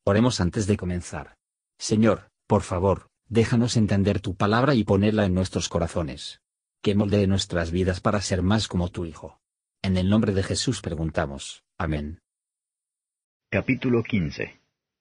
Oremos antes de comenzar. Señor, por favor, déjanos entender tu palabra y ponerla en nuestros corazones. Que moldee nuestras vidas para ser más como tu Hijo. En el nombre de Jesús preguntamos. Amén. Capítulo 15.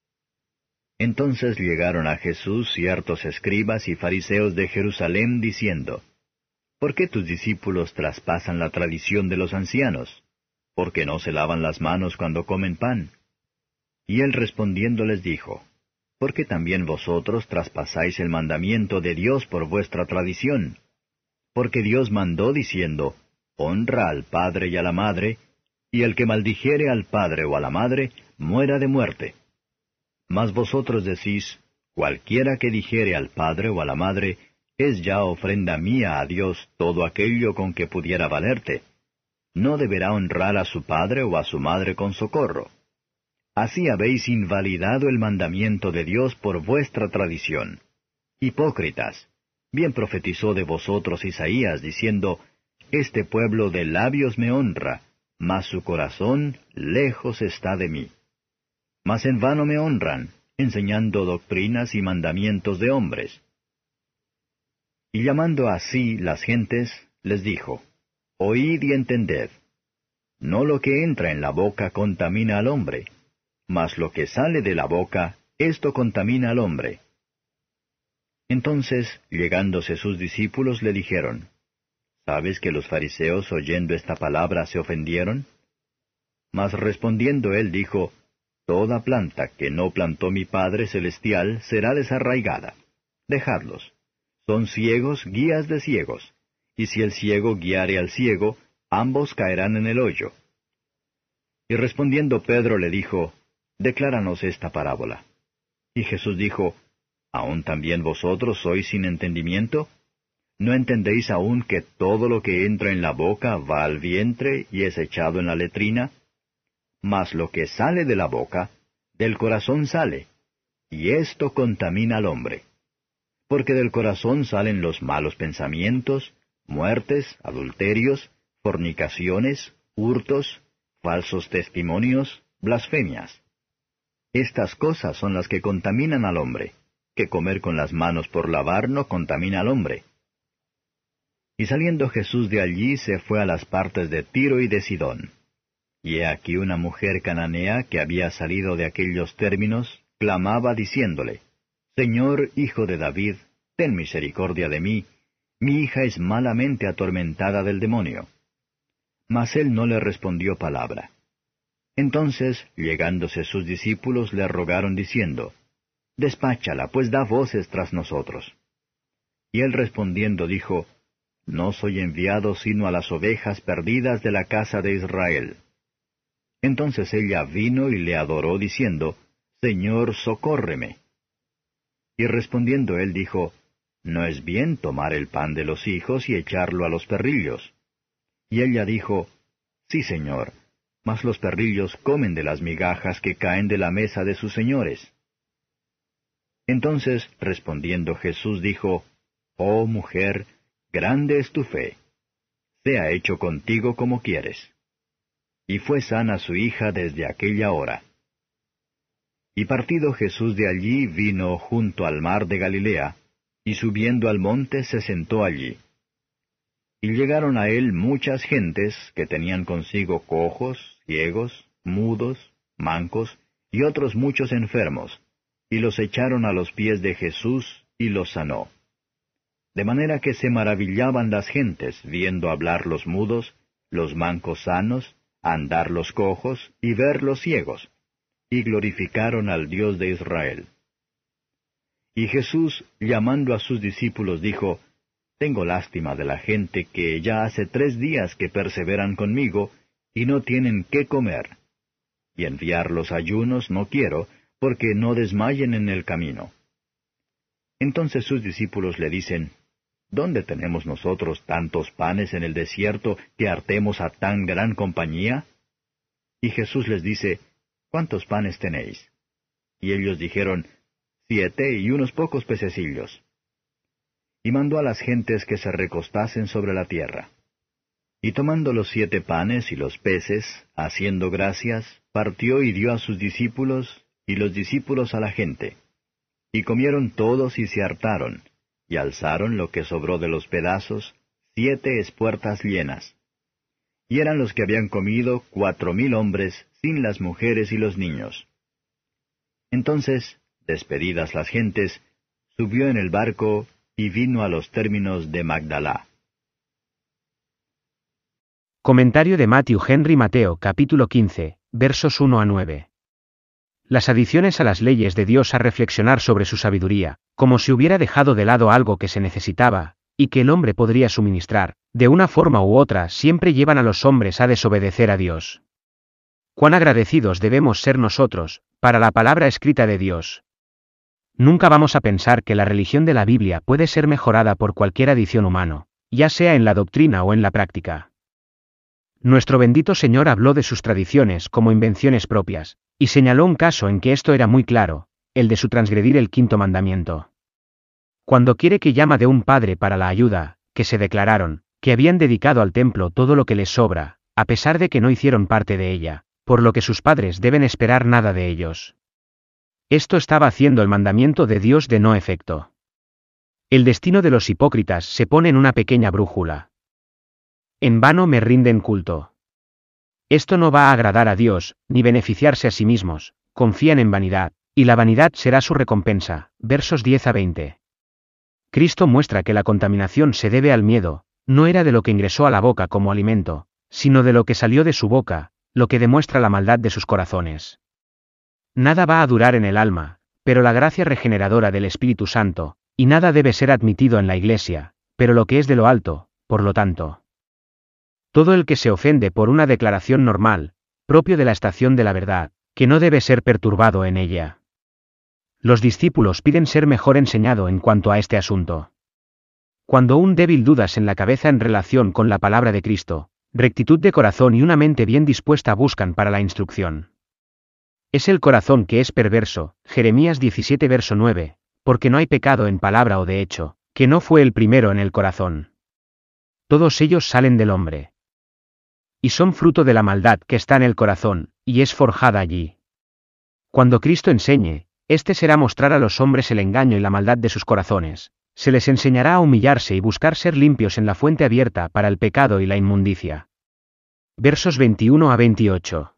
Entonces llegaron a Jesús ciertos escribas y fariseos de Jerusalén, diciendo, ¿Por qué tus discípulos traspasan la tradición de los ancianos? ¿Por qué no se lavan las manos cuando comen pan? Y él respondiendo les dijo, ¿por qué también vosotros traspasáis el mandamiento de Dios por vuestra tradición? Porque Dios mandó diciendo, honra al padre y a la madre, y el que maldijere al padre o a la madre, muera de muerte. Mas vosotros decís, cualquiera que dijere al padre o a la madre, es ya ofrenda mía a Dios todo aquello con que pudiera valerte. No deberá honrar a su padre o a su madre con socorro. Así habéis invalidado el mandamiento de Dios por vuestra tradición. Hipócritas, bien profetizó de vosotros Isaías, diciendo, este pueblo de labios me honra, mas su corazón lejos está de mí. Mas en vano me honran, enseñando doctrinas y mandamientos de hombres. Y llamando así las gentes, les dijo, oíd y entended. No lo que entra en la boca contamina al hombre, mas lo que sale de la boca, esto contamina al hombre. Entonces, llegándose sus discípulos, le dijeron, ¿sabes que los fariseos oyendo esta palabra se ofendieron? Mas respondiendo él dijo, toda planta que no plantó mi Padre Celestial será desarraigada. Dejadlos. Son ciegos, guías de ciegos. Y si el ciego guiare al ciego, ambos caerán en el hoyo. Y respondiendo Pedro le dijo, decláranos esta parábola. Y Jesús dijo, ¿aún también vosotros sois sin entendimiento? ¿No entendéis aún que todo lo que entra en la boca va al vientre y es echado en la letrina? Mas lo que sale de la boca, del corazón sale, y esto contamina al hombre. Porque del corazón salen los malos pensamientos, muertes, adulterios, fornicaciones, hurtos, falsos testimonios, blasfemias. Estas cosas son las que contaminan al hombre, que comer con las manos por lavar no contamina al hombre. Y saliendo Jesús de allí se fue a las partes de Tiro y de Sidón. Y he aquí una mujer cananea que había salido de aquellos términos, clamaba diciéndole, Señor, Hijo de David, ten misericordia de mí, mi hija es malamente atormentada del demonio. Mas él no le respondió palabra. Entonces, llegándose sus discípulos, le rogaron diciendo, despáchala, pues da voces tras nosotros. Y él respondiendo dijo, no soy enviado sino a las ovejas perdidas de la casa de Israel. Entonces ella vino y le adoró diciendo, Señor, socórreme. Y respondiendo él dijo, no es bien tomar el pan de los hijos y echarlo a los perrillos. Y ella dijo, sí, Señor, mas los perrillos comen de las migajas que caen de la mesa de sus señores. Entonces, respondiendo Jesús dijo, oh mujer, grande es tu fe. Sea hecho contigo como quieres. Y fue sana su hija desde aquella hora. Y partido Jesús de allí vino junto al mar de Galilea, y subiendo al monte se sentó allí. Y llegaron a él muchas gentes que tenían consigo cojos, ciegos, mudos, mancos, y otros muchos enfermos, y los echaron a los pies de Jesús, y los sanó. De manera que se maravillaban las gentes, viendo hablar los mudos, los mancos sanos, andar los cojos, y ver los ciegos, y glorificaron al Dios de Israel. Y Jesús, llamando a sus discípulos, dijo, tengo lástima de la gente que ya hace 3 días que perseveran conmigo, y no tienen qué comer. Y enviar los ayunos no quiero, porque no desmayen en el camino. Entonces sus discípulos le dicen, ¿dónde tenemos nosotros tantos panes en el desierto que hartemos a tan gran compañía? Y Jesús les dice, ¿cuántos panes tenéis? Y ellos dijeron, 7 y unos pocos pececillos. Y mandó a las gentes que se recostasen sobre la tierra. Y tomando los 7 panes y los peces, haciendo gracias, partió y dio a sus discípulos, y los discípulos a la gente. Y comieron todos y se hartaron, y alzaron lo que sobró de los pedazos, 7 espuertas llenas. Y eran los que habían comido 4,000 hombres, sin las mujeres y los niños. Entonces, despedidas las gentes, subió en el barco y vino a los términos de Magdalá. Comentario de Matthew Henry Mateo capítulo 15, versos 1 a 9. Las adiciones a las leyes de Dios a reflexionar sobre su sabiduría, como si hubiera dejado de lado algo que se necesitaba, y que el hombre podría suministrar, de una forma u otra siempre llevan a los hombres a desobedecer a Dios. Cuán agradecidos debemos ser nosotros, para la palabra escrita de Dios. Nunca vamos a pensar que la religión de la Biblia puede ser mejorada por cualquier adición humano, ya sea en la doctrina o en la práctica. Nuestro bendito Señor habló de sus tradiciones como invenciones propias, y señaló un caso en que esto era muy claro, el de su transgredir el 5º mandamiento. Cuando quiere que llama de un padre para la ayuda, que se declararon, que habían dedicado al templo todo lo que les sobra, a pesar de que no hicieron parte de ella, por lo que sus padres deben esperar nada de ellos. Esto estaba haciendo el mandamiento de Dios de no efecto. El destino de los hipócritas se pone en una pequeña brújula. En vano me rinden culto. Esto no va a agradar a Dios, ni beneficiarse a sí mismos, confían en vanidad, y la vanidad será su recompensa. Versos 10 a 20. Cristo muestra que la contaminación se debe al miedo, no era de lo que ingresó a la boca como alimento, sino de lo que salió de su boca, lo que demuestra la maldad de sus corazones. Nada va a durar en el alma, pero la gracia regeneradora del Espíritu Santo, y nada debe ser admitido en la Iglesia, pero lo que es de lo alto, por lo tanto. Todo el que se ofende por una declaración normal, propio de la estación de la verdad, que no debe ser perturbado en ella. Los discípulos piden ser mejor enseñado en cuanto a este asunto. Cuando un débil dudas en la cabeza en relación con la palabra de Cristo, rectitud de corazón y una mente bien dispuesta buscan para la instrucción. Es el corazón que es perverso, Jeremías 17 verso 9, porque no hay pecado en palabra o de hecho, que no fue el primero en el corazón. Todos ellos salen del hombre. Y son fruto de la maldad que está en el corazón, y es forjada allí. Cuando Cristo enseñe, este será mostrar a los hombres el engaño y la maldad de sus corazones, se les enseñará a humillarse y buscar ser limpios en la fuente abierta para el pecado y la inmundicia. Versos 21 a 28.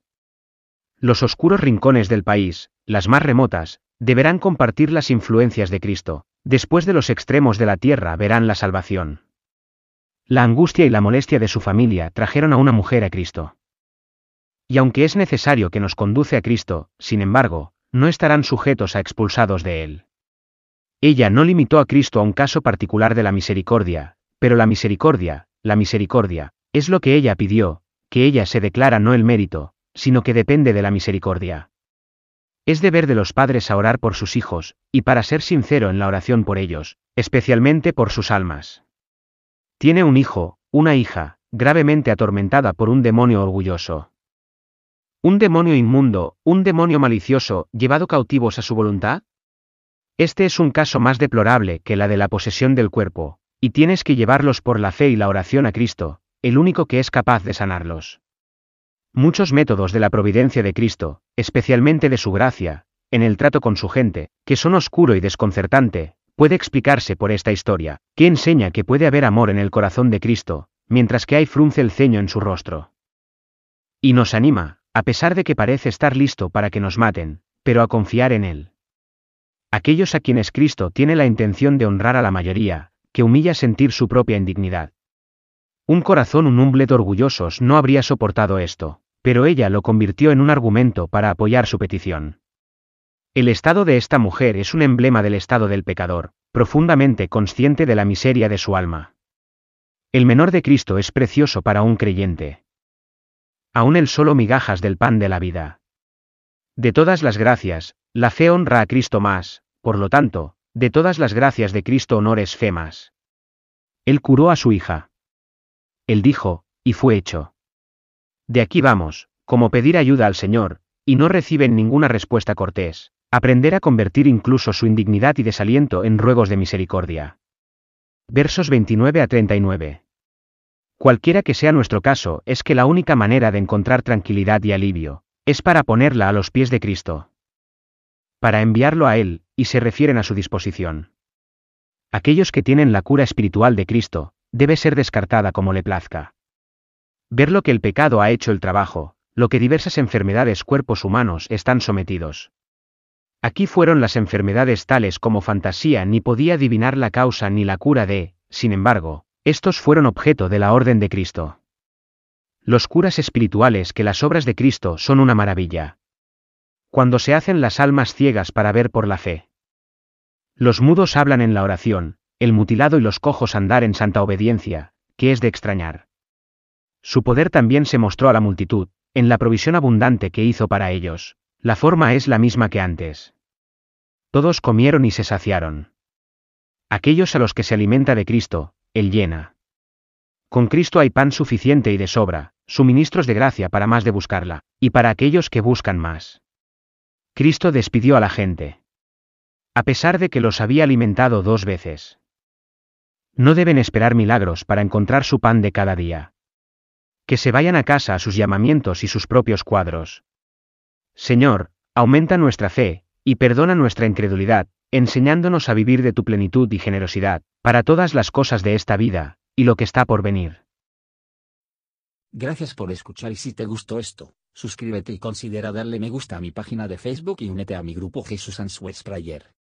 Los oscuros rincones del país, las más remotas, deberán compartir las influencias de Cristo, después de los extremos de la tierra verán la salvación. La angustia y la molestia de su familia trajeron a una mujer a Cristo. Y aunque es necesario que nos conduce a Cristo, sin embargo, no estarán sujetos a expulsados de él. Ella no limitó a Cristo a un caso particular de la misericordia, pero la misericordia, es lo que ella pidió, que ella se declara no el mérito, sino que depende de la misericordia. Es deber de los padres a orar por sus hijos, y para ser sincero en la oración por ellos, especialmente por sus almas. Tiene un hijo, una hija, gravemente atormentada por un demonio orgulloso. ¿Un demonio inmundo, un demonio malicioso, llevado cautivos a su voluntad? Este es un caso más deplorable que la de la posesión del cuerpo, y tienes que llevarlos por la fe y la oración a Cristo, el único que es capaz de sanarlos. Muchos métodos de la providencia de Cristo, especialmente de su gracia, en el trato con su gente, que son oscuro y desconcertante, puede explicarse por esta historia, que enseña que puede haber amor en el corazón de Cristo, mientras que hay frunce el ceño en su rostro. Y nos anima, a pesar de que parece estar listo para que nos maten, pero a confiar en Él. Aquellos a quienes Cristo tiene la intención de honrar a la mayoría, que humilla sentir su propia indignidad. Un corazón humble de orgullosos no habría soportado esto, pero ella lo convirtió en un argumento para apoyar su petición. El estado de esta mujer es un emblema del estado del pecador, profundamente consciente de la miseria de su alma. El menor de Cristo es precioso para un creyente. Aún el solo migajas del pan de la vida. De todas las gracias, la fe honra a Cristo más, por lo tanto, de todas las gracias de Cristo honor es fe más. Él curó a su hija. Él dijo, y fue hecho. De aquí vamos, como pedir ayuda al Señor, y no reciben ninguna respuesta cortés, aprender a convertir incluso su indignidad y desaliento en ruegos de misericordia. Versos 29 a 39. Cualquiera que sea nuestro caso, es que la única manera de encontrar tranquilidad y alivio, es para ponerla a los pies de Cristo. para enviarlo a Él, y se refieren a su disposición. Aquellos que tienen la cura espiritual de Cristo, debe ser descartada como le plazca. Ver lo que el pecado ha hecho el trabajo, lo que diversas enfermedades cuerpos humanos están sometidos. Aquí fueron las enfermedades tales como fantasía ni podía adivinar la causa ni la cura de, sin embargo, estos fueron objeto de la orden de Cristo. Los curas espirituales que las obras de Cristo son una maravilla. Cuando se hacen las almas ciegas para ver por la fe. Los mudos hablan en la oración, el mutilado y los cojos andar en santa obediencia, que es de extrañar. Su poder también se mostró a la multitud, en la provisión abundante que hizo para ellos. La forma es la misma que antes. Todos comieron y se saciaron. Aquellos a los que se alimenta de Cristo, Él llena. Con Cristo hay pan suficiente y de sobra, suministros de gracia para más de buscarla, y para aquellos que buscan más. Cristo despidió a la gente. A pesar de que los había alimentado 2 veces. No deben esperar milagros para encontrar su pan de cada día. Que se vayan a casa a sus llamamientos y sus propios cuadros. Señor, aumenta nuestra fe, y perdona nuestra incredulidad, enseñándonos a vivir de tu plenitud y generosidad, para todas las cosas de esta vida, y lo que está por venir. Gracias por escuchar y si te gustó esto, suscríbete y considera darle me gusta a mi página de Facebook y únete a mi grupo Jesús Answers Prayer.